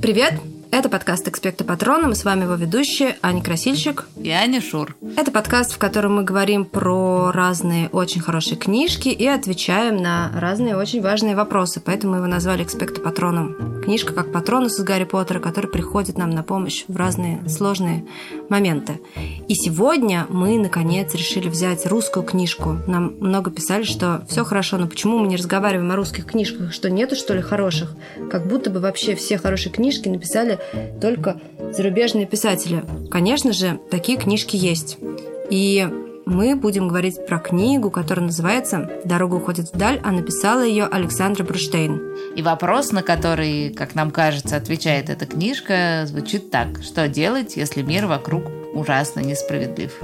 Привет! Это подкаст «Экспекто Патроном», и с вами его ведущие Аня Красильщик и Аня Шур. Это подкаст, в котором мы говорим про разные очень хорошие книжки и отвечаем на разные очень важные вопросы, поэтому мы его назвали «Экспекто Патроном». Книжка как патронус из Гарри Поттера, который приходит нам на помощь в разные сложные моменты. И сегодня мы, наконец, решили взять русскую книжку. Нам много писали, что все хорошо, но почему мы не разговариваем о русских книжках? Что нету, что ли, хороших? Как будто бы вообще все хорошие книжки написали только зарубежные писатели. Конечно же, такие книжки есть. И мы будем говорить про книгу, которая называется «Дорога уходит вдаль», а написала ее Александра Бруштейн. И вопрос, на который, как нам кажется, отвечает эта книжка, звучит так: что делать, если мир вокруг ужасно несправедлив?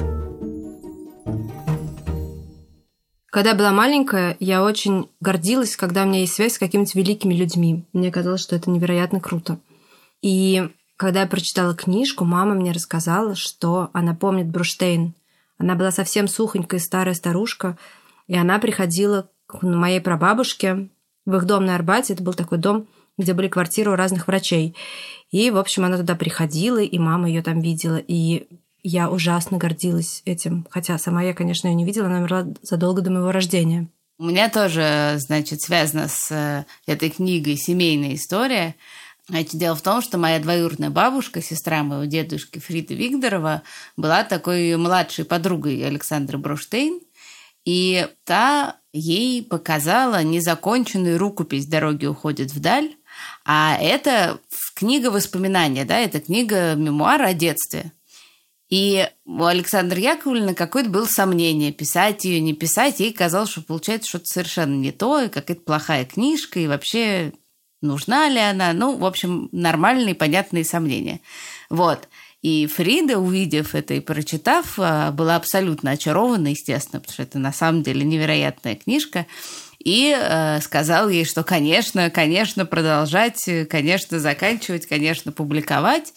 Когда я была маленькая, я очень гордилась, когда у меня есть связь с какими-то великими людьми. Мне казалось, что это невероятно круто. И когда я прочитала книжку, мама мне рассказала, что она помнит Бруштейн. Она была совсем сухонькая старая старушка, и она приходила к моей прабабушке в их дом на Арбате. Это был такой дом, где были квартиры у разных врачей. И, в общем, она туда приходила, и мама ее там видела. И я ужасно гордилась этим. Хотя сама я, конечно, ее не видела, она умерла задолго до моего рождения. У меня тоже, значит, связана с этой книгой семейная история. Значит, дело в том, что моя двоюродная бабушка, сестра моего дедушки Фрида Вигдорова, была такой младшей подругой Александры Бруштейн, и та ей показала незаконченную рукопись «Дороги уходят вдаль», а это книга воспоминания, да, это книга мемуара о детстве. И у Александры Яковлевны какое-то было сомнение, писать ее, не писать. Ей казалось, что получается что-то совершенно не то, и какая-то плохая книжка, и вообще нужна ли она. Ну, в общем, нормальные, понятные сомнения. Вот. И Фрида, увидев это и прочитав, была абсолютно очарована, естественно, потому что это на самом деле невероятная книжка. И сказал ей, что, конечно, продолжать, конечно, заканчивать, конечно, публиковать.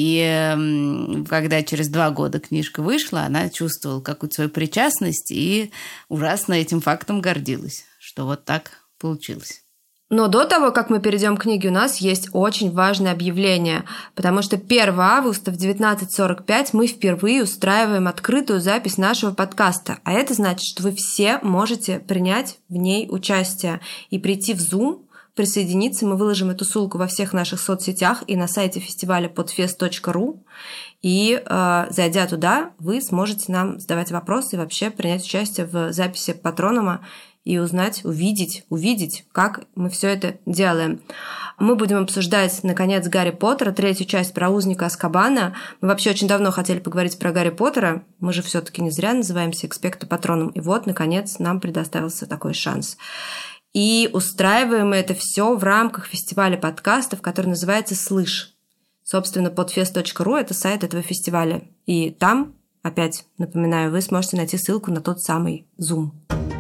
И когда через 2 года книжка вышла, она чувствовала какую-то свою причастность и ужасно этим фактом гордилась, что вот так получилось. Но до того, как мы перейдем к книге, у нас есть очень важное объявление, потому что 1 августа в 19:45 мы впервые устраиваем открытую запись нашего подкаста, а это значит, что вы все можете принять в ней участие и прийти в Zoom, присоединиться. Мы выложим эту ссылку во всех наших соцсетях и на сайте фестиваля podfest.ru, и зайдя туда, вы сможете нам задавать вопросы и вообще принять участие в записи Патронома и узнать, увидеть, как мы все это делаем. Мы будем обсуждать, наконец, Гарри Поттера, 3-ю часть про узника Азкабана. Мы вообще очень давно хотели поговорить про Гарри Поттера. Мы же все-таки не зря называемся «Экспекто Патроном». И вот, наконец, нам предоставился такой шанс. И устраиваем мы это все в рамках фестиваля подкастов, который называется «Слышь». Собственно, podfest.ru – это сайт этого фестиваля. И там, опять напоминаю, вы сможете найти ссылку на тот самый Zoom.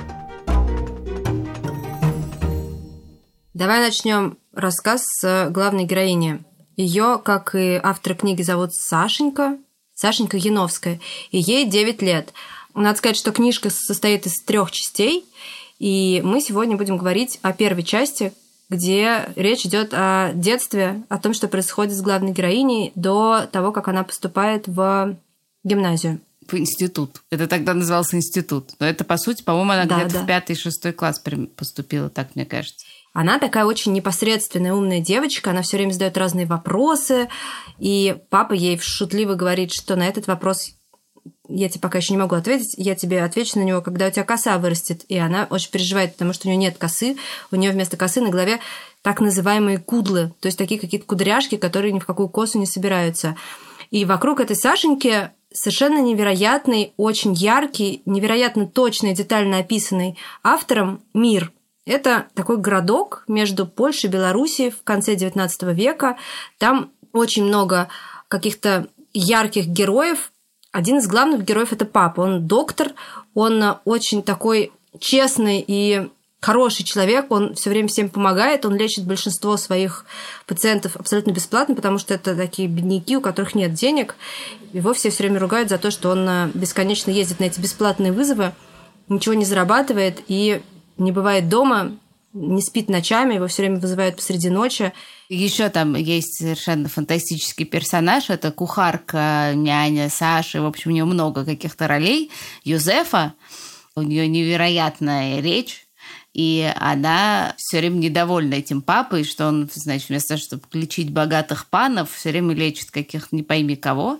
Давай начнем рассказ с главной героини. Ее, как и автора книги, зовут Сашенька Яновская, и ей 9 лет. Надо сказать, что книжка состоит из 3 частей, и мы сегодня будем говорить о 1-й части, где речь идет о детстве, о том, что происходит с главной героиней до того, как она поступает в гимназию. В институт. Это тогда назывался институт. Но это, по сути, по-моему, она где-то в 5-6 класс поступила, так мне кажется. Она такая очень непосредственная, умная девочка, она все время задает разные вопросы, и папа ей шутливо говорит, что на этот вопрос я тебе пока еще не могу ответить, я тебе отвечу на него, когда у тебя коса вырастет. И она очень переживает, потому что у нее нет косы, у нее вместо косы на голове так называемые кудлы, то есть такие какие-то кудряшки, которые ни в какую косу не собираются. И вокруг этой Сашеньки совершенно невероятный, очень яркий, невероятно точно и детально описанный автором мир. Это такой городок между Польшей и Белоруссией в конце XIX века. Там очень много каких-то ярких героев. Один из главных героев – это папа. Он доктор, он очень такой честный и хороший человек, он все время всем помогает, он лечит большинство своих пациентов абсолютно бесплатно, потому что это такие бедняки, у которых нет денег. Его все время ругают за то, что он бесконечно ездит на эти бесплатные вызовы, ничего не зарабатывает и не бывает дома, не спит ночами, его все время вызывают посреди ночи. Еще там есть совершенно фантастический персонаж. Это кухарка, няня Саши. В общем, у нее много каких-то ролей. Юзефа. У нее невероятная речь. И она все время недовольна этим папой, что он, значит, вместо того, чтобы лечить богатых панов, все время лечит каких-то не пойми кого.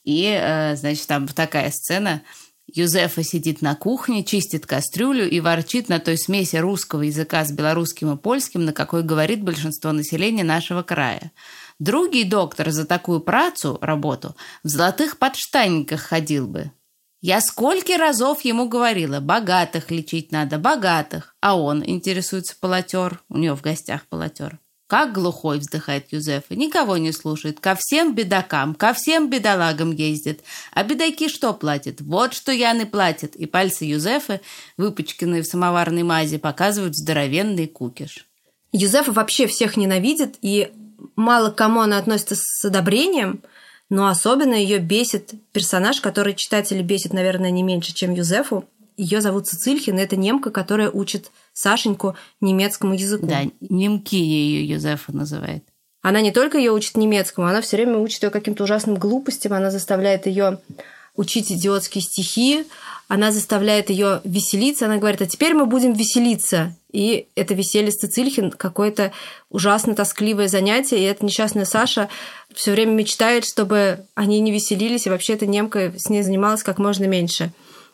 И, значит, там такая сцена. Юзефа сидит на кухне, чистит кастрюлю и ворчит на той смеси русского языка с белорусским и польским, на какой говорит большинство населения нашего края. Другий доктор за такую работу в золотых подштанниках ходил бы. Я сколько разов ему говорила, богатых лечить надо, богатых. А он интересуется полотер, у него в гостях полотер. Как глухой, вздыхает Юзефа, никого не слушает, ко всем бедакам, ко всем бедолагам ездит. А бедаки что платят? Вот что Яны платят. И пальцы Юзефы, выпачканные в самоварной мази, показывают здоровенный кукиш. Юзефа вообще всех ненавидит, и мало к кому она относится с одобрением, но особенно ее бесит персонаж, который читателей бесит, наверное, не меньше, чем Юзефу. Ее зовут Цицильхин, и это немка, которая учит Сашеньку немецкому языку. Да, немки ее Юзефа называет. Она не только ее учит немецкому, она все время учит ее каким-то ужасным глупостям, она заставляет ее учить идиотские стихи, она заставляет ее веселиться, она говорит, а теперь мы будем веселиться. И это веселье с Цицильхин какое-то ужасно тоскливое занятие, и эта несчастная Саша все время мечтает, чтобы они не веселились, и вообще эта немка с ней занималась как можно меньше.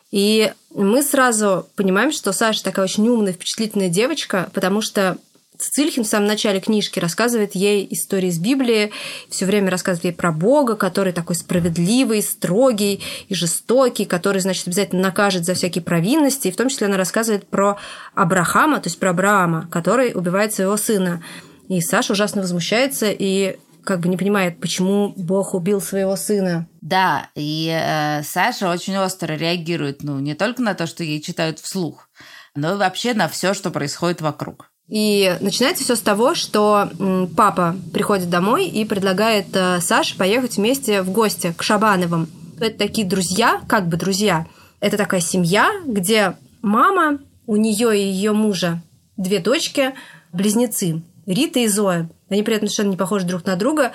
И мы сразу понимаем, что Саша такая очень умная, впечатлительная девочка, потому что Цицильхин в самом начале книжки рассказывает ей истории из Библии, все время рассказывает ей про Бога, который такой справедливый, строгий и жестокий, который, значит, обязательно накажет за всякие провинности. И в том числе она рассказывает про Абрахама, то есть про Авраама, который убивает своего сына. И Саша ужасно возмущается и как бы не понимает, почему Бог убил своего сына. Да, и Саша очень остро реагирует, не только на то, что ей читают вслух, но и вообще на все, что происходит вокруг. И начинается все с того, что папа приходит домой и предлагает Саше поехать вместе в гости к Шабановым. Это такие друзья, как бы друзья. Это такая семья, где мама, у нее и ее мужа 2 дочки, близнецы, Рита и Зоя. Они при этом совершенно не похожи друг на друга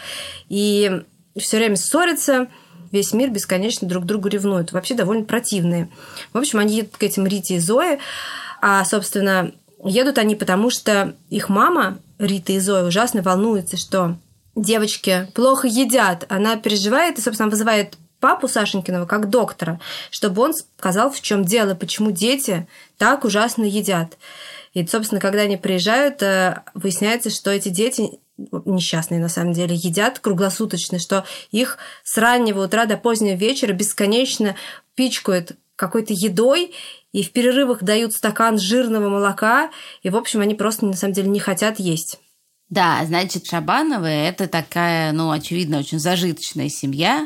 и все время ссорятся. Весь мир бесконечно друг к другу ревнует. Вообще довольно противные. В общем, они едут к этим Рите и Зое, а, собственно, едут они потому, что их мама, Рита и Зоя, ужасно волнуется, что девочки плохо едят. Она переживает и, собственно, вызывает папу Сашенькиного как доктора, чтобы он сказал, в чем дело, почему дети так ужасно едят. И, собственно, когда они приезжают, выясняется, что эти дети несчастные, на самом деле, едят круглосуточно, что их с раннего утра до позднего вечера бесконечно пичкают какой-то едой, и в перерывах дают стакан жирного молока, и, в общем, они просто, на самом деле, не хотят есть. Да, значит, Шабановы – это такая, очевидно, очень зажиточная семья.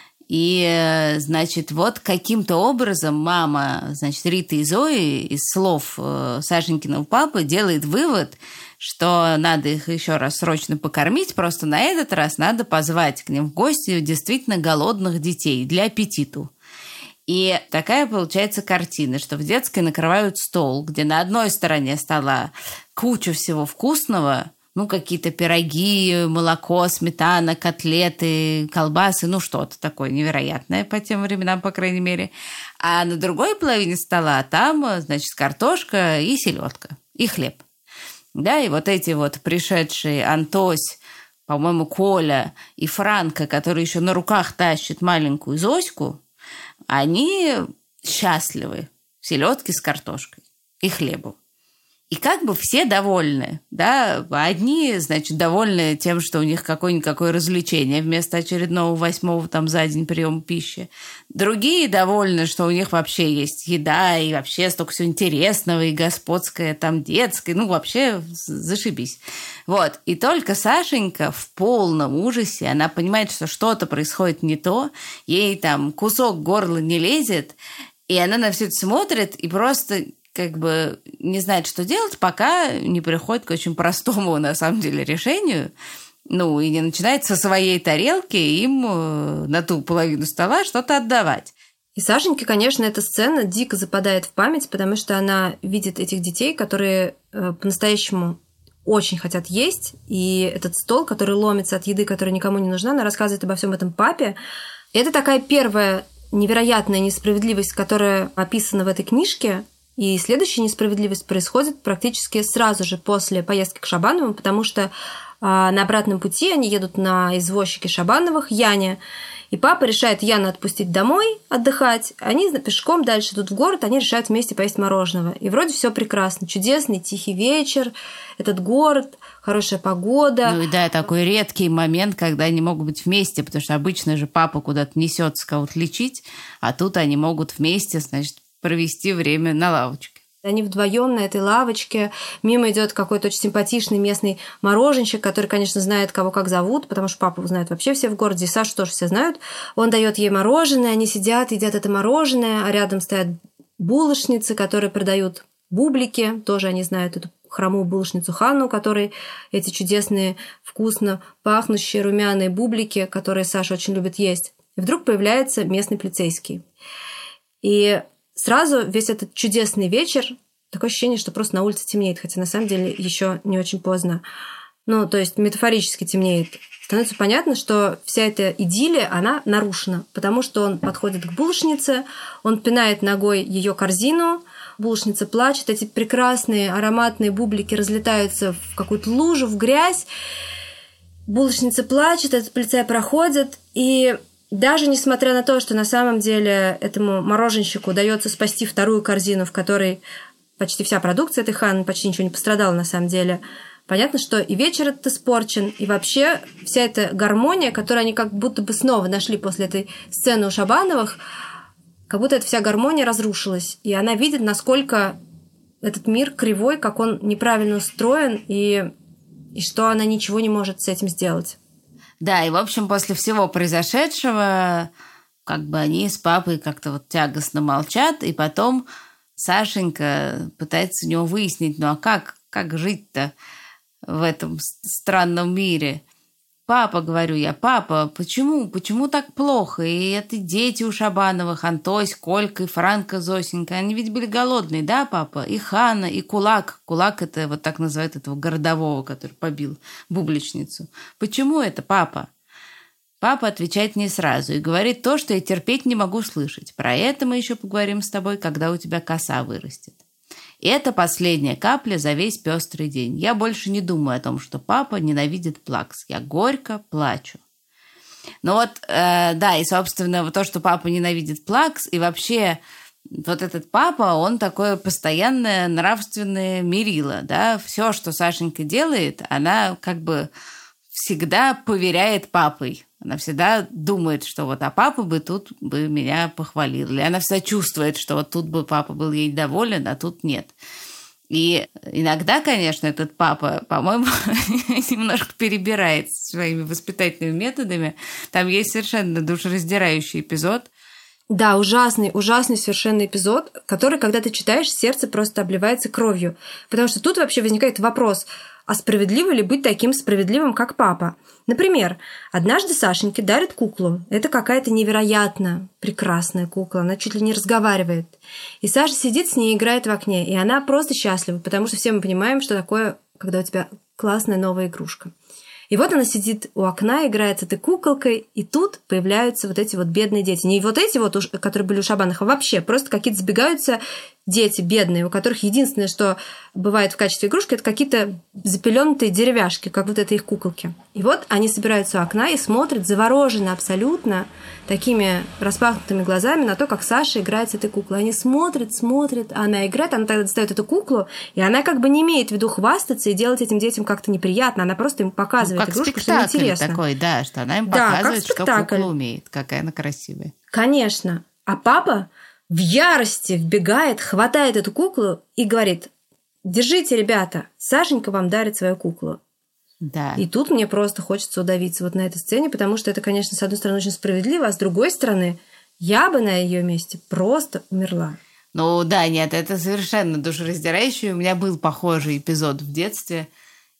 И, значит, вот каким-то образом мама, значит, Риты и Зои из слов Сашенькиного папы делает вывод, что надо их еще раз срочно покормить, просто на этот раз надо позвать к ним в гости действительно голодных детей для аппетиту. И такая получается картина, что в детской накрывают стол, где на одной стороне стола куча всего вкусного, какие-то пироги, молоко, сметана, котлеты, колбасы, что-то такое невероятное по тем временам, по крайней мере. А на другой половине стола там, значит, картошка и селедка, и хлеб. Да, и вот эти вот пришедшие Антось, по-моему, Коля и Франко, который еще на руках тащит маленькую Зоську, они счастливы в селедке с картошкой и хлебом. И как бы все довольны, да, одни, значит, довольны тем, что у них какое-никакое развлечение вместо очередного 8-го там за день приема пищи. Другие довольны, что у них вообще есть еда, и вообще столько всего интересного, и господское, там, детское, вообще зашибись. Вот, и только Сашенька в полном ужасе, она понимает, что что-то происходит не то, ей там кусок горла не лезет, и она на все это смотрит и просто как бы не знает, что делать, пока не приходит к очень простому, на самом деле, решению, и не начинает со своей тарелки им на ту половину стола что-то отдавать. И Сашеньке, конечно, эта сцена дико западает в память, потому что она видит этих детей, которые по-настоящему очень хотят есть, и этот стол, который ломится от еды, которая никому не нужна, она рассказывает обо всем этом папе. И это такая первая невероятная несправедливость, которая описана в этой книжке, и следующая несправедливость происходит практически сразу же после поездки к Шабановым, потому что на обратном пути они едут на извозчике Шабановых, Яне, и папа решает Яну отпустить домой отдыхать, они пешком дальше идут в город, они решают вместе поесть мороженого. И вроде все прекрасно, чудесный тихий вечер, этот город, хорошая погода. Ну и да, такой редкий момент, когда они могут быть вместе, потому что обычно же папа куда-то несется кого-то лечить, а тут они могут вместе, значит, провести время на лавочке. Они вдвоем на этой лавочке. Мимо идет какой-то очень симпатичный местный мороженщик, который, конечно, знает, кого как зовут, потому что папу знают вообще все в городе, и Сашу тоже все знают. Он дает ей мороженое, они сидят, едят это мороженое, а рядом стоят булочницы, которые продают бублики. Тоже они знают эту хромую булочницу Ханну, у которой эти чудесные, вкусно пахнущие румяные бублики, которые Саша очень любит есть. И вдруг появляется местный полицейский. И сразу весь этот чудесный вечер, такое ощущение, что просто на улице темнеет, хотя на самом деле еще не очень поздно. Ну, то есть метафорически темнеет. Становится понятно, что вся эта идиллия, она нарушена, потому что он подходит к булочнице, он пинает ногой ее корзину, булочница плачет, эти прекрасные ароматные бублики разлетаются в какую-то лужу, в грязь. Булочница плачет, этот полицай проходит, и даже несмотря на то, что на самом деле этому мороженщику удается спасти вторую корзину, в которой почти вся продукция этой Ханны, почти ничего не пострадало на самом деле, понятно, что и вечер этот испорчен, и вообще вся эта гармония, которую они как будто бы снова нашли после этой сцены у Шабановых, как будто эта вся гармония разрушилась. И она видит, насколько этот мир кривой, как он неправильно устроен, и что она ничего не может с этим сделать. Да, и, в общем, после всего произошедшего, как бы они с папой как-то вот тягостно молчат, и потом Сашенька пытается у него выяснить, ну а как жить-то в этом странном мире? Папа, говорю я, папа, почему так плохо? И это дети у Шабановых, Антось, Колька и Франка, Зосенька, они ведь были голодные, да, папа? И Ханна, и Кулак. Кулак – это вот так называют этого городового, который побил бубличницу. Почему это, папа? Папа отвечает не сразу и говорит то, что я терпеть не могу слышать. Про это мы еще поговорим с тобой, когда у тебя коса вырастет. И это последняя капля за весь пестрый день. Я больше не думаю о том, что папа ненавидит плакс. Я горько плачу. Ну вот, да, и, собственно, вот то, что папа ненавидит плакс, и вообще вот этот папа, он такое постоянное нравственное мерило, да. Все, что Сашенька делает, она как бы всегда поверяет папой. Она всегда думает, что вот, а папа бы тут бы меня похвалил. Или она всегда чувствует, что вот тут бы папа был ей доволен, а тут нет. И иногда, конечно, этот папа, по-моему, немножко перебирает своими воспитательными методами. Там есть совершенно душераздирающий эпизод. Да, ужасный совершенно эпизод, который, когда ты читаешь, сердце просто обливается кровью. Потому что тут вообще возникает вопрос, а справедливо ли быть таким справедливым, как папа? Например, однажды Сашеньке дарят куклу. Это какая-то невероятно прекрасная кукла, она чуть ли не разговаривает. И Саша сидит с ней, играет в окне, и она просто счастлива, потому что все мы понимаем, что такое, когда у тебя классная новая игрушка. И вот она сидит у окна, играет с этой куколкой, и тут появляются вот эти вот бедные дети. Не вот эти вот, которые были у Шабановых, а вообще просто какие-то сбегаются дети бедные, у которых единственное, что бывает в качестве игрушки, это какие-то запеленутые деревяшки, как вот это их куколки. И вот они собираются у окна и смотрят завороженно абсолютно такими распахнутыми глазами на то, как Саша играет с этой куклой. Они смотрят, а она играет, она тогда достает эту куклу, и она как бы не имеет в виду хвастаться и делать этим детям как-то неприятно, она просто им показывает игрушку, что интересно. Такой, да, что она им показывает, что кукла умеет, какая она красивая. Конечно. А папа в ярости вбегает, хватает эту куклу и говорит: держите, ребята, Сашенька вам дарит свою куклу. Да. И тут мне просто хочется удавиться вот на этой сцене, потому что это, конечно, с одной стороны очень справедливо, а с другой стороны, я бы на ее месте просто умерла. Ну да, нет, это совершенно душераздирающий. У меня был похожий эпизод в детстве,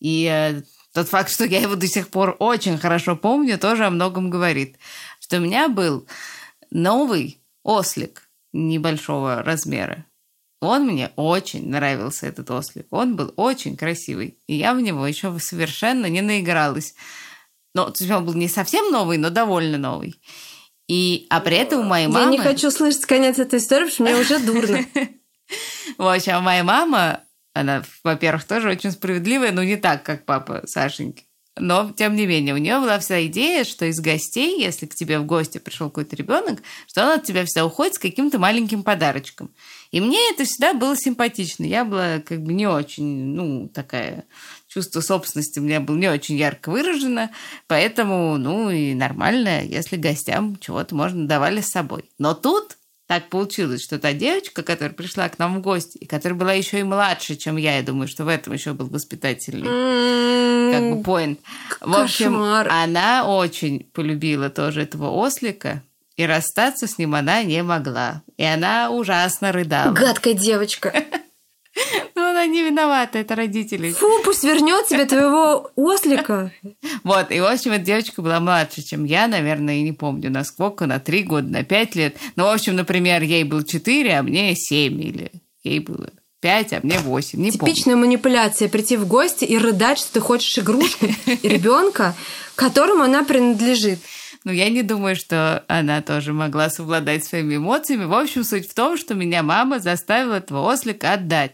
и тот факт, что я его до сих пор очень хорошо помню, тоже о многом говорит. Что у меня был новый ослик небольшого размера. Он мне очень нравился, этот ослик. Он был очень красивый. И я в него еще совершенно не наигралась. Ну, то есть он был не совсем новый, но довольно новый. А при этом у моей мамы... Я не хочу слышать конец этой истории, потому что мне уже дурно. В общем, моя мама, она, во-первых, тоже очень справедливая, но не так, как папа Сашеньки. Но, тем не менее, у нее была вся идея, что из гостей, если к тебе в гости пришел какой-то ребенок, что он от тебя всегда уходит с каким-то маленьким подарочком. И мне это всегда было симпатично. Я была как бы не очень, такая... Чувство собственности у меня было не очень ярко выражено, поэтому, и нормально, если гостям чего-то можно давали с собой. Но тут так получилось, что та девочка, которая пришла к нам в гости, и которая была еще и младше, чем я думаю, что в этом еще был воспитательный как бы point. В общем, она очень полюбила тоже этого ослика, и расстаться с ним она не могла. И она ужасно рыдала. Гадкая девочка. Ну, она не виновата, это родители. Фу, пусть вернет тебе твоего ослика. Вот, и, в общем, эта девочка была младше, чем я, наверное, и не помню, на сколько, на 3 года, на 5 лет. Ну, в общем, например, ей было 4, а мне 7, или ей было 5, а мне 8, не помню. Типичная манипуляция – прийти в гости и рыдать, что ты хочешь игрушку ребенка, которому она принадлежит. Ну, я не думаю, что она тоже могла совладать своими эмоциями. В общем, суть в том, что меня мама заставила этого ослика отдать.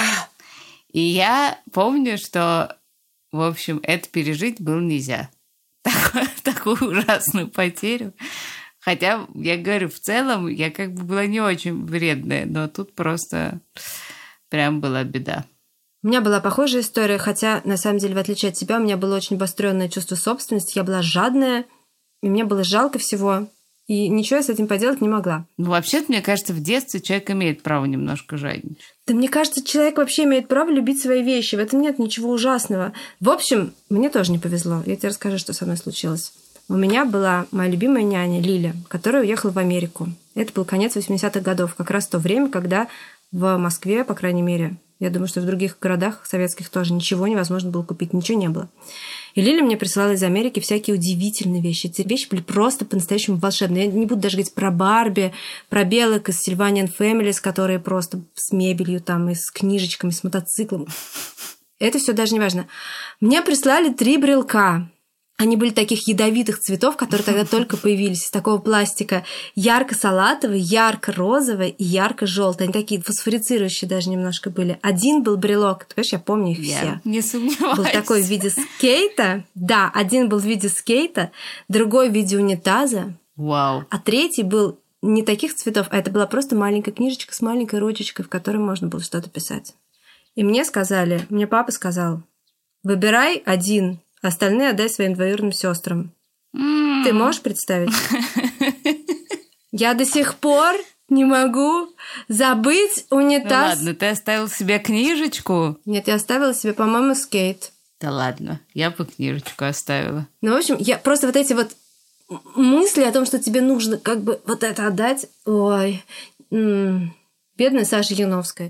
И я помню, что, в общем, это пережить было нельзя. Такую ужасную потерю. Хотя, я говорю, в целом, я как бы была не очень вредная, но тут просто прям была беда. У меня была похожая история, хотя, на самом деле, в отличие от тебя, у меня было очень обостренное чувство собственности, я была жадная, и мне было жалко всего, и ничего я с этим поделать не могла. Ну, вообще-то, мне кажется, в детстве человек имеет право немножко жадничать. Да мне кажется, человек вообще имеет право любить свои вещи, в этом нет ничего ужасного. В общем, мне тоже не повезло. Я тебе расскажу, что со мной случилось. У меня была моя любимая няня Лиля, которая уехала в Америку. Это был конец 80-х годов, как раз то время, когда в Москве, по крайней мере, я думаю, что в других городах советских тоже ничего невозможно было купить, ничего не было. И Лиля мне присылала из Америки всякие удивительные вещи. Эти вещи были просто по-настоящему волшебные. Я не буду даже говорить про Барби, про белок из Sylvanian Families, которые просто с мебелью, там, и с книжечками, с мотоциклом. Это все даже не важно. Мне прислали 3 брелка. Они были таких ядовитых цветов, которые тогда только появились, из такого пластика. Ярко-салатовый, ярко-розовый и ярко-желтый. Они такие фосфорицирующие даже немножко были. Один был брелок, ты понимаешь, я помню их все. Я не сомневаюсь. Был такой в виде скейта. Да, один был в виде скейта, другой в виде унитаза. Вау. А третий был не таких цветов, а это была просто маленькая книжечка с маленькой ручечкой, в которой можно было что-то писать. И мне папа сказал, выбирай один, остальные отдай своим двоюродным сестрам. Ты можешь представить? Я до сих пор не могу забыть унитаз. Ну ладно, ты оставил себе книжечку? Нет, я оставила себе, по-моему, скейт. Да ладно, я бы книжечку оставила. Ну, в общем, я просто вот эти вот мысли о том, что тебе нужно как бы вот это отдать. Ой, бедная Саша Яновская.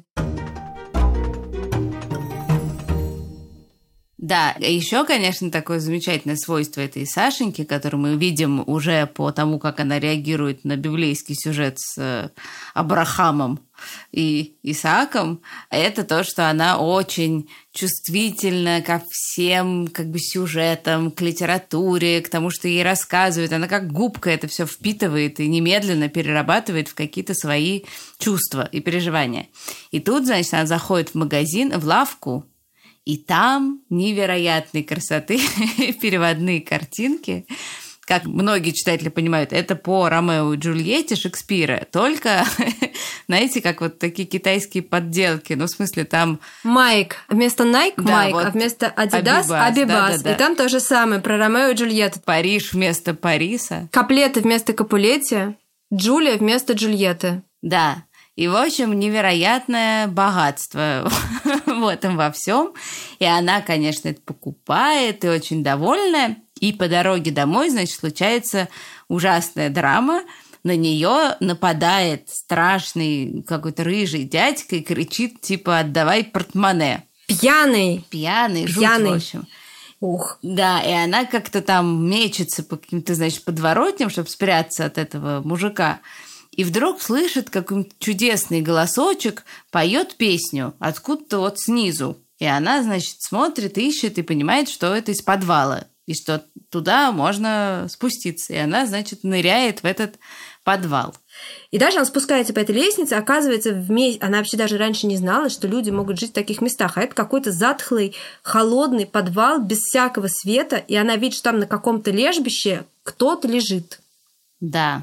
Да, еще, конечно, такое замечательное свойство этой Сашеньки, которое мы видим уже по тому, как она реагирует на библейский сюжет с Авраамом и Исааком, это то, что она очень чувствительна ко всем как бы сюжетам, к литературе, к тому, что ей рассказывают. Она как губка это все впитывает и немедленно перерабатывает в какие-то свои чувства и переживания. И тут, значит, она заходит в магазин, в лавку, и там невероятной красоты переводные картинки. Как многие читатели понимают, это по Ромео и Джульетте Шекспира. Только, знаете, как вот такие китайские подделки. Ну, в смысле, там... Майк. Вместо Nike да, Майк, вот а вместо Adidas Абибас. Да. И там то же самое про Ромео и Джульетту. Париж вместо Париса. Каплеты вместо Капулетти. Джулия вместо Джульетты. Да. И, в общем, невероятное богатство в этом во всем. И она, конечно, это покупает и очень довольна. И по дороге домой, значит, случается ужасная драма. На нее нападает страшный какой-то рыжий дядька и кричит, типа, отдавай портмоне. Пьяный, жуть, в общем. Ух. Да, и она как-то там мечется по каким-то, значит, подворотням, чтобы спрятаться от этого мужика. И вдруг слышит, как чудесный голосочек поет песню откуда-то вот снизу. И она, значит, смотрит, ищет и понимает, что это из подвала, и что туда можно спуститься. И она, значит, ныряет в этот подвал. И даже она спускается по этой лестнице, оказывается, она вообще даже раньше не знала, что люди могут жить в таких местах. А это какой-то затхлый, холодный подвал без всякого света, и она видит, что там на каком-то лежбище кто-то лежит. Да.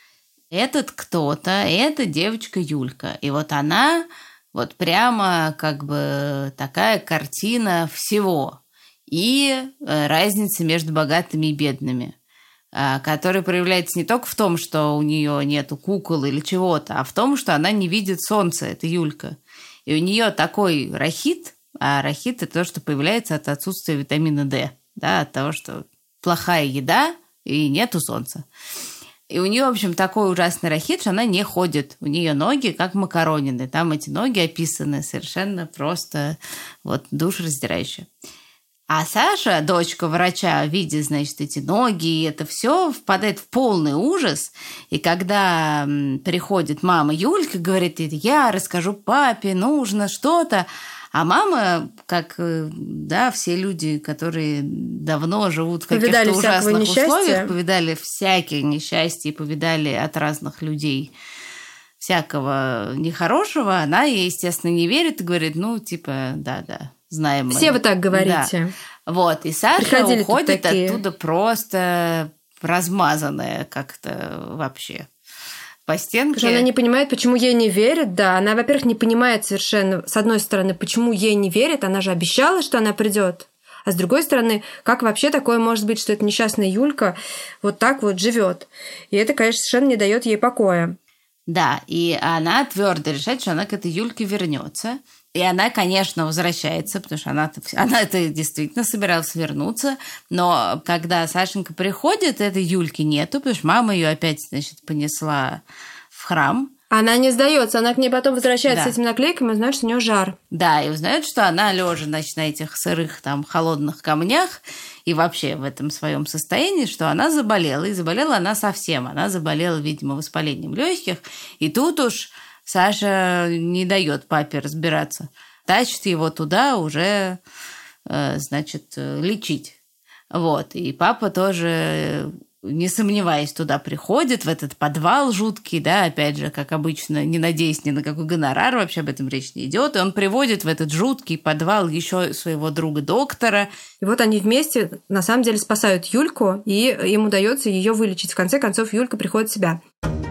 Этот кто-то, это девочка Юлька. И вот она... Вот прямо как бы такая картина всего. И разница между богатыми и бедными, которая проявляется не только в том, что у нее нету кукол или чего-то, а в том, что она не видит солнца, это Юлька. И у нее такой рахит, а рахит – это то, что появляется от отсутствия витамина D, да, от того, что плохая еда и нету солнца. И у нее, в общем, такой ужасный рахит, что она не ходит. У нее ноги как макаронины. Там эти ноги описаны совершенно просто вот душераздирающе. А Саша, дочка врача, видя, значит, эти ноги, и это все впадает в полный ужас. И когда приходит мама Юлька, говорит, я расскажу папе, нужно что-то. А мама, как, да, все люди, которые давно живут в каких-то ужасных условиях, повидали всякие несчастья и повидали от разных людей всякого нехорошего, она ей, естественно, не верит и говорит, ну, типа, да, знаем мы. Все вы так говорите. Да. Вот, и Саша уходит оттуда просто размазанная как-то вообще. По стенке. Потому что она не понимает, почему ей не верят, да. Она, во-первых, не понимает совершенно, с одной стороны, почему ей не верят, она же обещала, что она придет. А с другой стороны, как вообще такое может быть, что эта несчастная Юлька вот так вот живет? И это, конечно, совершенно не дает ей покоя. Да, и она твердо решает, что она к этой Юльке вернется. И она, конечно, возвращается, потому что она-то действительно собиралась вернуться. Но когда Сашенька приходит, этой Юльки нету, потому что мама ее опять, значит, понесла в храм. Она не сдается, она к ней потом возвращается с этими наклейками и узнает, что у нее жар. Да, и узнает, что она лежа, значит, на этих сырых там холодных камнях и вообще в этом своем состоянии, что она заболела. И заболела она совсем. Она заболела, видимо, воспалением легких. И тут уж Саша не дает папе разбираться. Тащит его туда уже, значит, лечить. Вот. И папа тоже, не сомневаясь, туда приходит, в этот подвал жуткий, да, опять же, как обычно, не надеясь ни на какой гонорар, вообще об этом речь не идет. И он приводит в этот жуткий подвал еще своего друга-доктора. И вот они вместе, на самом деле, спасают Юльку, и им удается ее вылечить. В конце концов, Юлька приходит в себя.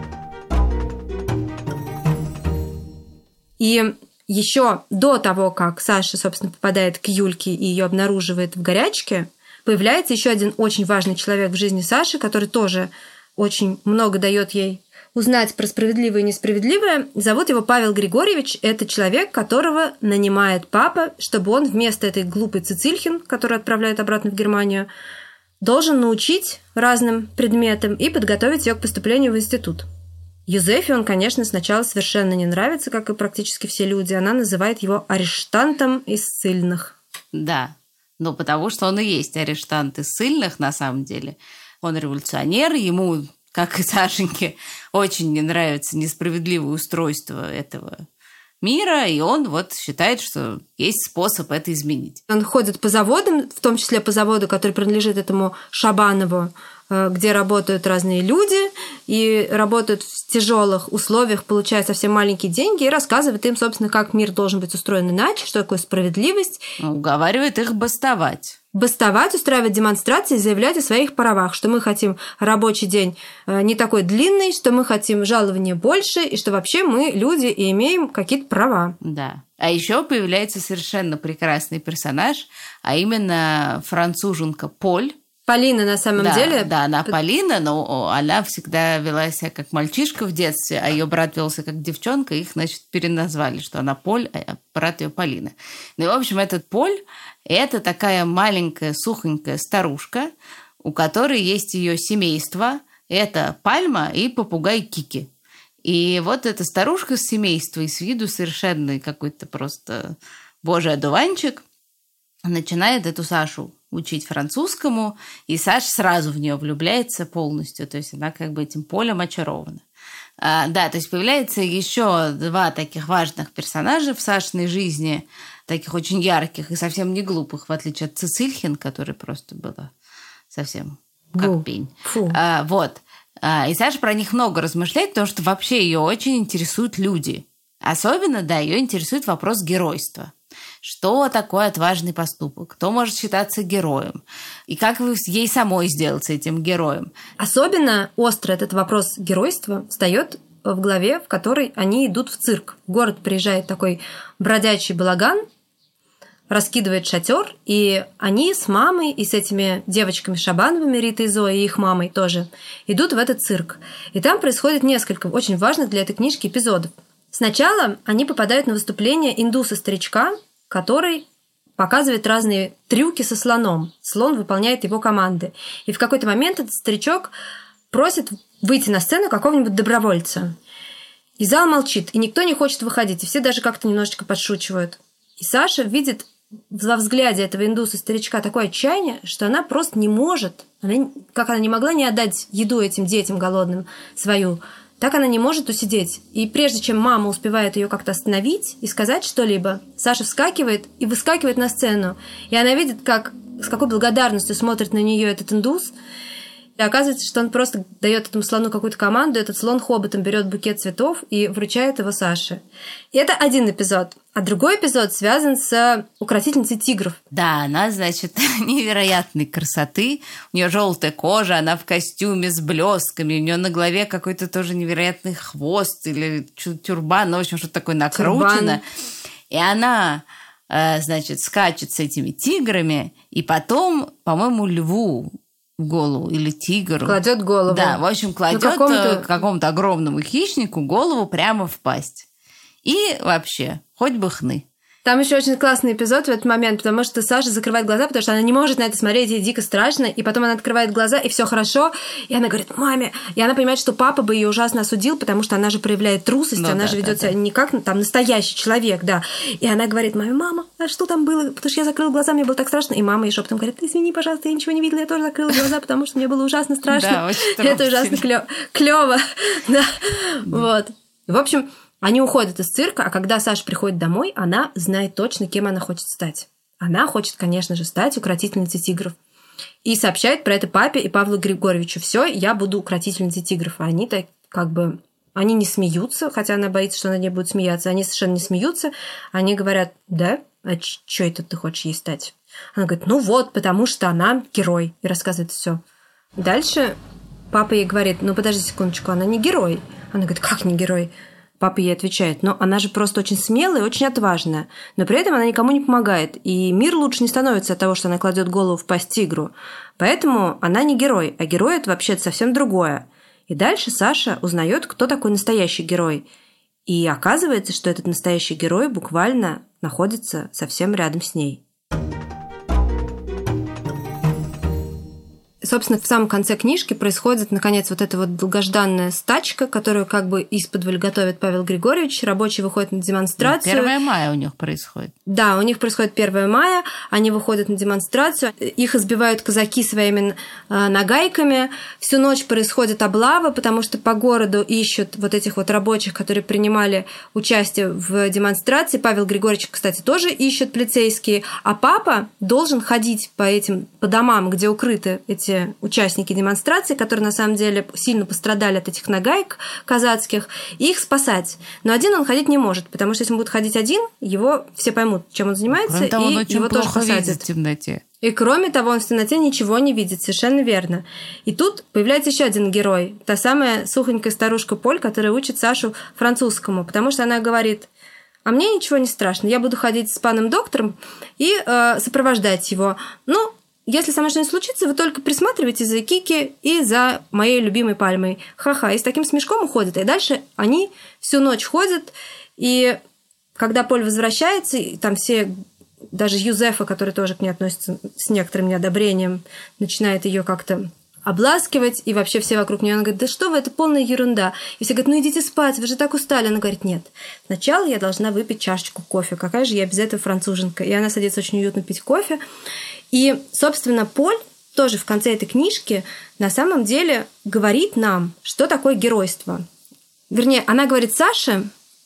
И еще до того, как Саша, собственно, попадает к Юльке и ее обнаруживает в горячке, появляется еще один очень важный человек в жизни Саши, который тоже очень много дает ей узнать про справедливое и несправедливое. Зовут его Павел Григорьевич. Это человек, которого нанимает папа, чтобы он вместо этой глупой Цицильхин, которую отправляют обратно в Германию, должен научить разным предметам и подготовить ее к поступлению в институт. Юзефе он, конечно, сначала совершенно не нравится, как и практически все люди. Она называет его арештантом из ссыльных. Да, ну потому что он и есть арештант из ссыльных на самом деле. Он революционер, ему, как и Сашеньке, очень не нравится несправедливое устройство этого мира, и он вот считает, что есть способ это изменить. Он ходит по заводам, в том числе по заводу, который принадлежит этому Шабанову, где работают разные люди и работают в тяжелых условиях, получая совсем маленькие деньги, и рассказывает им, собственно, как мир должен быть устроен иначе, что такое справедливость. Уговаривает их бастовать. Бастовать, устраивать демонстрации, заявлять о своих правах, что мы хотим рабочий день не такой длинный, что мы хотим жалования больше, и что вообще мы люди и имеем какие-то права. Да. А еще появляется совершенно прекрасный персонаж, а именно француженка Поль. Полина на самом деле. Да, она Полина, но она всегда вела себя как мальчишка в детстве, а ее брат вел себя как девчонка, их, значит, переназвали, что она Поль, а брат ее Полина. Ну и, в общем, этот Поль – это такая маленькая, сухонькая старушка, у которой есть ее семейство. Это Пальма и попугай Кики. И вот эта старушка с семейства и с виду совершенно какой-то просто божий одуванчик начинает эту Сашу учить французскому, и Саша сразу в нее влюбляется полностью, то есть она как бы этим Полем очарована. Да, то есть появляется еще два таких важных персонажа в Сашиной жизни, таких очень ярких и совсем не глупых, в отличие от Цицильхин, которая просто была совсем как пень. Вот. И Саша про них много размышляет, потому что вообще ее очень интересуют люди. Особенно, да, ее интересует вопрос геройства. Что такое отважный поступок? Кто может считаться героем? И как ей самой сделаться этим героем? Особенно остро этот вопрос геройства встает в главе, в которой они идут в цирк. В город приезжает такой бродячий балаган, раскидывает шатер, и они с мамой и с этими девочками Шабановыми, Ритой и Зоей, и их мамой тоже, идут в этот цирк. И там происходит несколько очень важных для этой книжки эпизодов. Сначала они попадают на выступление индуса-старичка, который показывает разные трюки со слоном. Слон выполняет его команды. И в какой-то момент этот старичок просит выйти на сцену какого-нибудь добровольца. И зал молчит, и никто не хочет выходить, и все даже как-то немножечко подшучивают. И Саша видит во взгляде этого индуса-старичка такое отчаяние, что она просто не может, как она не могла не отдать еду этим детям голодным свою, так она не может усидеть. И прежде чем мама успевает ее как-то остановить и сказать что-либо, Саша вскакивает и выскакивает на сцену. И она видит, с какой благодарностью смотрит на нее этот индус. И оказывается, что он просто дает этому слону какую-то команду, этот слон хоботом берет букет цветов и вручает его Саше. И это один эпизод. А другой эпизод связан с укротительницей тигров. Да, она, значит, невероятной красоты. У нее желтая кожа, она в костюме с блесками, у нее на голове какой-то тоже невероятный хвост или тюрбан, ну, в общем, что-то такое накручено. Тюрбан. И она, значит, скачет с этими тиграми, и потом, по-моему, льву в голову или тигру. Кладет голову. Да, в общем, кладет какому-то огромному хищнику голову прямо в пасть. И вообще, хоть бы хны. Там еще очень классный эпизод в этот момент, потому что Саша закрывает глаза, потому что она не может на это смотреть, ей дико страшно, и потом она открывает глаза, и все хорошо, и она говорит: маме, и она понимает, что папа бы ее ужасно осудил, потому что она же проявляет трусость, она же ведет себя не как там настоящий человек, да. И она говорит: маме, мама, а что там было? Потому что я закрыла глаза, мне было так страшно, и мама ей шепотом говорит: извини, пожалуйста, я ничего не видела, я тоже закрыла глаза, потому что мне было ужасно страшно. Это ужасно клево, да, вот. В общем, они уходят из цирка, а когда Саша приходит домой, она знает точно, кем она хочет стать. Она хочет, конечно же, стать укротительницей тигров. И сообщает про это папе и Павлу Григорьевичу: все, я буду укротительницей тигров. А они так они не смеются, хотя она боится, что она не будет смеяться. Они совершенно не смеются. Они говорят: да, а что это ты хочешь ей стать? Она говорит: ну вот, потому что она герой. И рассказывает все. Дальше папа ей говорит: ну подожди секундочку, она не герой. Она говорит: как не герой? Папа ей отвечает: но она же просто очень смелая и очень отважная, но при этом она никому не помогает, и мир лучше не становится от того, что она кладет голову в пасть тигру. Поэтому она не герой, а герой – это вообще-то совсем другое. И дальше Саша узнает, кто такой настоящий герой. И оказывается, что этот настоящий герой буквально находится совсем рядом с ней. Собственно, в самом конце книжки происходит, наконец, вот эта вот долгожданная стачка, которую как бы исподволь готовит Павел Григорьевич. Рабочие выходят на демонстрацию. 1 мая у них происходит. Да, у них происходит 1 мая, они выходят на демонстрацию, их избивают казаки своими нагайками, всю ночь происходит облава, потому что по городу ищут вот этих вот рабочих, которые принимали участие в демонстрации. Павел Григорьевич, кстати, тоже ищут полицейские, а папа должен ходить по домам, где укрыты эти участники демонстрации, которые на самом деле сильно пострадали от этих нагаек казацких, и их спасать. Но один он ходить не может, потому что если он будет ходить один, его все поймут, чем он занимается, кроме того, и его тоже посадят. Видит в темноте. И кроме того, он в темноте ничего не видит, совершенно верно. И тут появляется еще один герой, та самая сухонькая старушка Поль, которая учит Сашу французскому, потому что она говорит: а мне ничего не страшно, я буду ходить с паном доктором и сопровождать его. Ну, если со мной что-нибудь случится, вы только присматривайте за Кики и за моей любимой пальмой. Ха-ха. И с таким смешком уходят. И дальше они всю ночь ходят. И когда Поль возвращается, и там все, даже Юзефа, который тоже к ней относится с некоторым неодобрением, начинает ее как-то обласкивать, и вообще все вокруг нее. Она говорит: да что вы, это полная ерунда. И все говорят: ну идите спать, вы же так устали. Она говорит: нет, сначала я должна выпить чашечку кофе. Какая же я без этого француженка? И она садится очень уютно пить кофе. И, собственно, Поль тоже в конце этой книжки на самом деле говорит нам, что такое геройство. Вернее, она говорит Саше,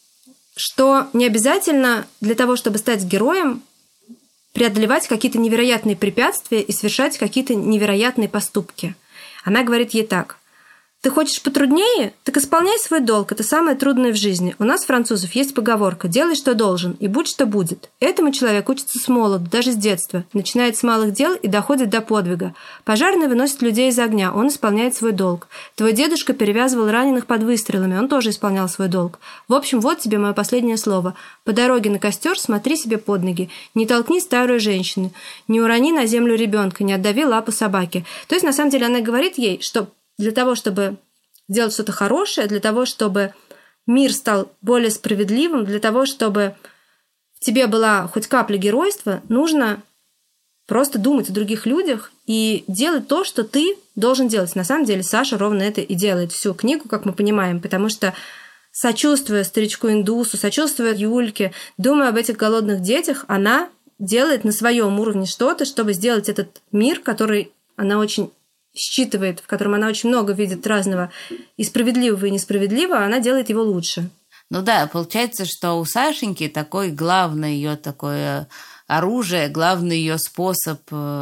что не обязательно для того, чтобы стать героем, преодолевать какие-то невероятные препятствия и совершать какие-то невероятные поступки. Она говорит ей так: «Ты хочешь потруднее? Так исполняй свой долг. Это самое трудное в жизни. У нас, французов, есть поговорка: делай, что должен, и будь, что будет». Этому человек учится с молоду, даже с детства. Начинает с малых дел и доходит до подвига. Пожарный выносит людей из огня, он исполняет свой долг. Твой дедушка перевязывал раненых под выстрелами, он тоже исполнял свой долг. В общем, вот тебе мое последнее слово. По дороге на костер смотри себе под ноги. Не толкни старую женщину, не урони на землю ребенка, не отдави лапу собаке. То есть, на самом деле, она говорит ей, что для того, чтобы делать что-то хорошее, для того, чтобы мир стал более справедливым, для того, чтобы в тебе была хоть капля геройства, нужно просто думать о других людях и делать то, что ты должен делать. На самом деле Саша ровно это и делает всю книгу, как мы понимаем, потому что, сочувствуя старичку-индусу, сочувствуя Юльке, думая об этих голодных детях, она делает на своем уровне что-то, чтобы сделать этот мир, который она очень считывает, в котором она очень много видит разного и справедливого, и несправедливого, она делает его лучше. Ну да, получается, что у Сашеньки такой главное ее такое оружие, главный ее способ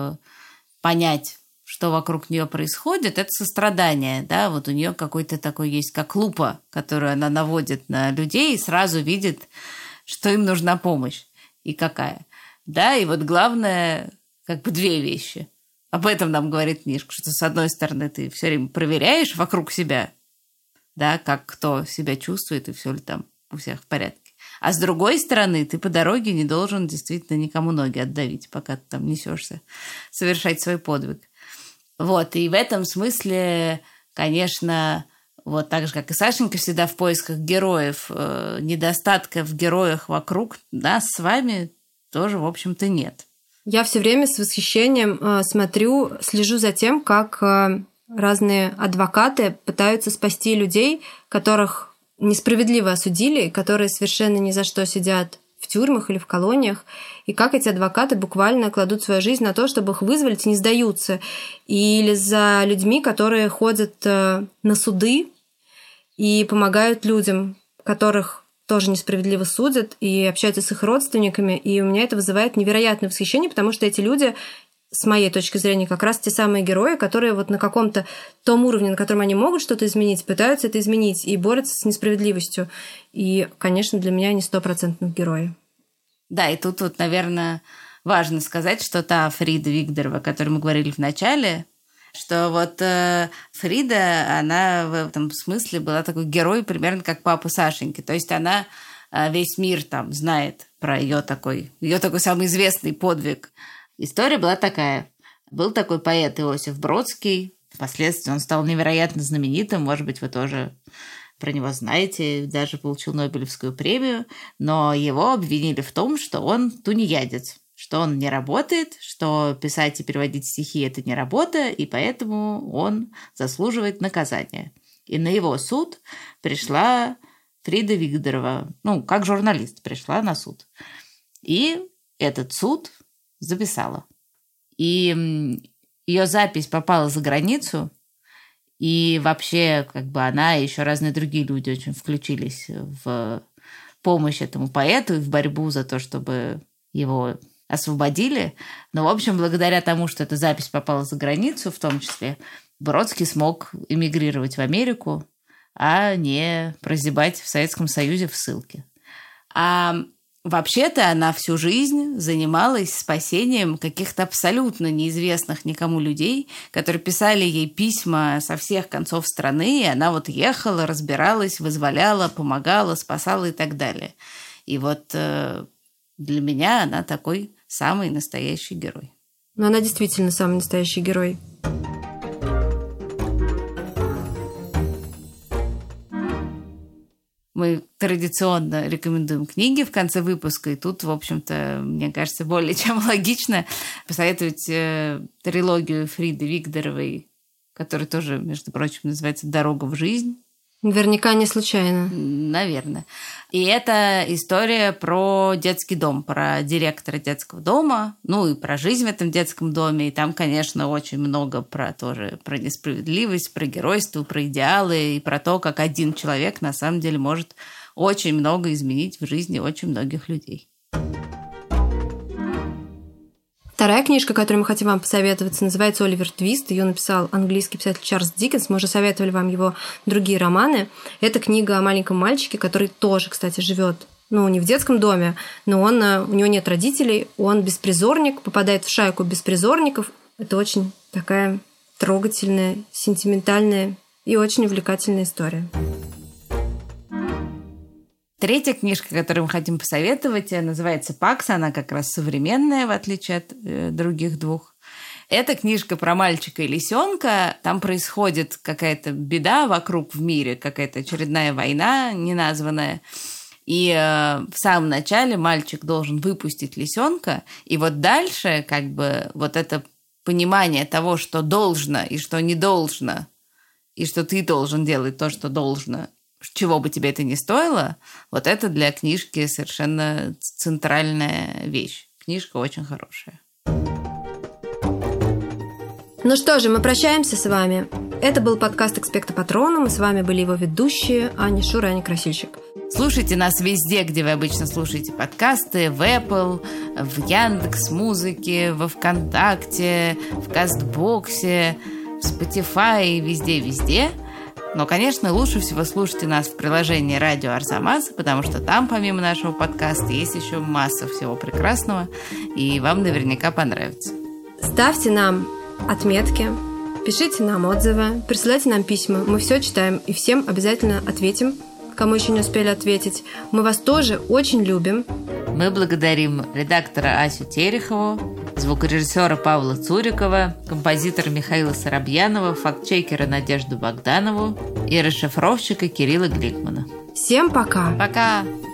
понять, что вокруг нее происходит, это сострадание, да, вот у нее какой-то такой есть, как лупа, которую она наводит на людей и сразу видит, что им нужна помощь и какая. Да, и вот главное, как бы две вещи. Об этом нам говорит книжка, что с одной стороны ты все время проверяешь вокруг себя, да, как кто себя чувствует и все ли там у всех в порядке. А с другой стороны, ты по дороге не должен действительно никому ноги отдавить, пока ты там несешься совершать свой подвиг. Вот, и в этом смысле, конечно, вот так же, как и Сашенька всегда в поисках героев, недостатка в героях вокруг нас с вами тоже, в общем-то, нет. Я все время с восхищением слежу за тем, как разные адвокаты пытаются спасти людей, которых несправедливо осудили, которые совершенно ни за что сидят в тюрьмах или в колониях, и как эти адвокаты буквально кладут свою жизнь на то, чтобы их вызволить и не сдаются. Или за людьми, которые ходят на суды и помогают людям, которых тоже несправедливо судят, и общаются с их родственниками, и у меня это вызывает невероятное восхищение, потому что эти люди, с моей точки зрения, как раз те самые герои, которые вот на каком-то том уровне, на котором они могут что-то изменить, пытаются это изменить и борются с несправедливостью. И, конечно, для меня они 100% герои. Да, и тут вот, наверное, важно сказать, что та Фрида Вигдорова, о которой мы говорили в начале, что вот Фрида, она в этом смысле была такой герой, примерно как папа Сашеньки. То есть она весь мир там знает про ее такой самый известный подвиг. История была такая. Был такой поэт Иосиф Бродский. Впоследствии он стал невероятно знаменитым. Может быть, вы тоже про него знаете. Даже получил Нобелевскую премию. Но его обвинили в том, что он тунеядец, что он не работает, что писать и переводить стихи – это не работа, и поэтому он заслуживает наказания. И на его суд пришла Фрида Вигдорова, как журналист пришла на суд. И этот суд записала. И ее запись попала за границу, и вообще она и еще разные другие люди очень включились в помощь этому поэту и в борьбу за то, чтобы его освободили. Но, в общем, благодаря тому, что эта запись попала за границу, в том числе, Бродский смог эмигрировать в Америку, а не прозябать в Советском Союзе в ссылке. А вообще-то она всю жизнь занималась спасением каких-то абсолютно неизвестных никому людей, которые писали ей письма со всех концов страны, и она вот ехала, разбиралась, вызволяла, помогала, спасала и так далее. И вот для меня она такой самый настоящий герой. Но она действительно самый настоящий герой. Мы традиционно рекомендуем книги в конце выпуска, и тут, в общем-то, мне кажется, более чем логично посоветовать трилогию Фриды Вигдоровой, которая тоже, между прочим, называется «Дорога в жизнь». Наверняка не случайно. Наверное. И это история про детский дом, про директора детского дома, ну и про жизнь в этом детском доме. И там, конечно, очень много про несправедливость, про геройство, про идеалы и про то, как один человек на самом деле может очень много изменить в жизни очень многих людей. Вторая книжка, которую мы хотим вам посоветовать, называется «Оливер Твист». Ее написал английский писатель Чарльз Диккенс. Мы уже советовали вам его другие романы. Это книга о маленьком мальчике, который тоже, кстати, живет, не в детском доме, но у него нет родителей, он беспризорник, попадает в шайку беспризорников. Это очень такая трогательная, сентиментальная и очень увлекательная история. Третья книжка, которую мы хотим посоветовать, называется «Пакс». Она как раз современная, в отличие от других двух. Это книжка про мальчика и лисенка. Там происходит какая-то беда вокруг в мире, какая-то очередная война неназванная. И в самом начале мальчик должен выпустить лисенка. И вот дальше вот это понимание того, что должно и что не должно, и что ты должен делать то, что должно, чего бы тебе это ни стоило, вот это для книжки совершенно центральная вещь. Книжка очень хорошая. Ну что же, мы прощаемся с вами. Это был подкаст «Экспекто Патронум». И с вами были его ведущие Аня Шура и Аня Красильщик. Слушайте нас везде, где вы обычно слушаете подкасты. В Apple, в Яндекс.Музыке, во ВКонтакте, в Кастбоксе, в Spotify, везде-везде. Но, конечно, лучше всего слушайте нас в приложении «Радио Арзамас», потому что там, помимо нашего подкаста, есть еще масса всего прекрасного, и вам наверняка понравится. Ставьте нам отметки, пишите нам отзывы, присылайте нам письма. Мы все читаем и всем обязательно ответим, кому еще не успели ответить. Мы вас тоже очень любим. Мы благодарим редактора Асю Терехову, звукорежиссера Павла Цурикова, композитора Михаила Соробьянова, фактчекера Надежду Богданову и расшифровщика Кирилла Гликмана. Всем пока! Пока!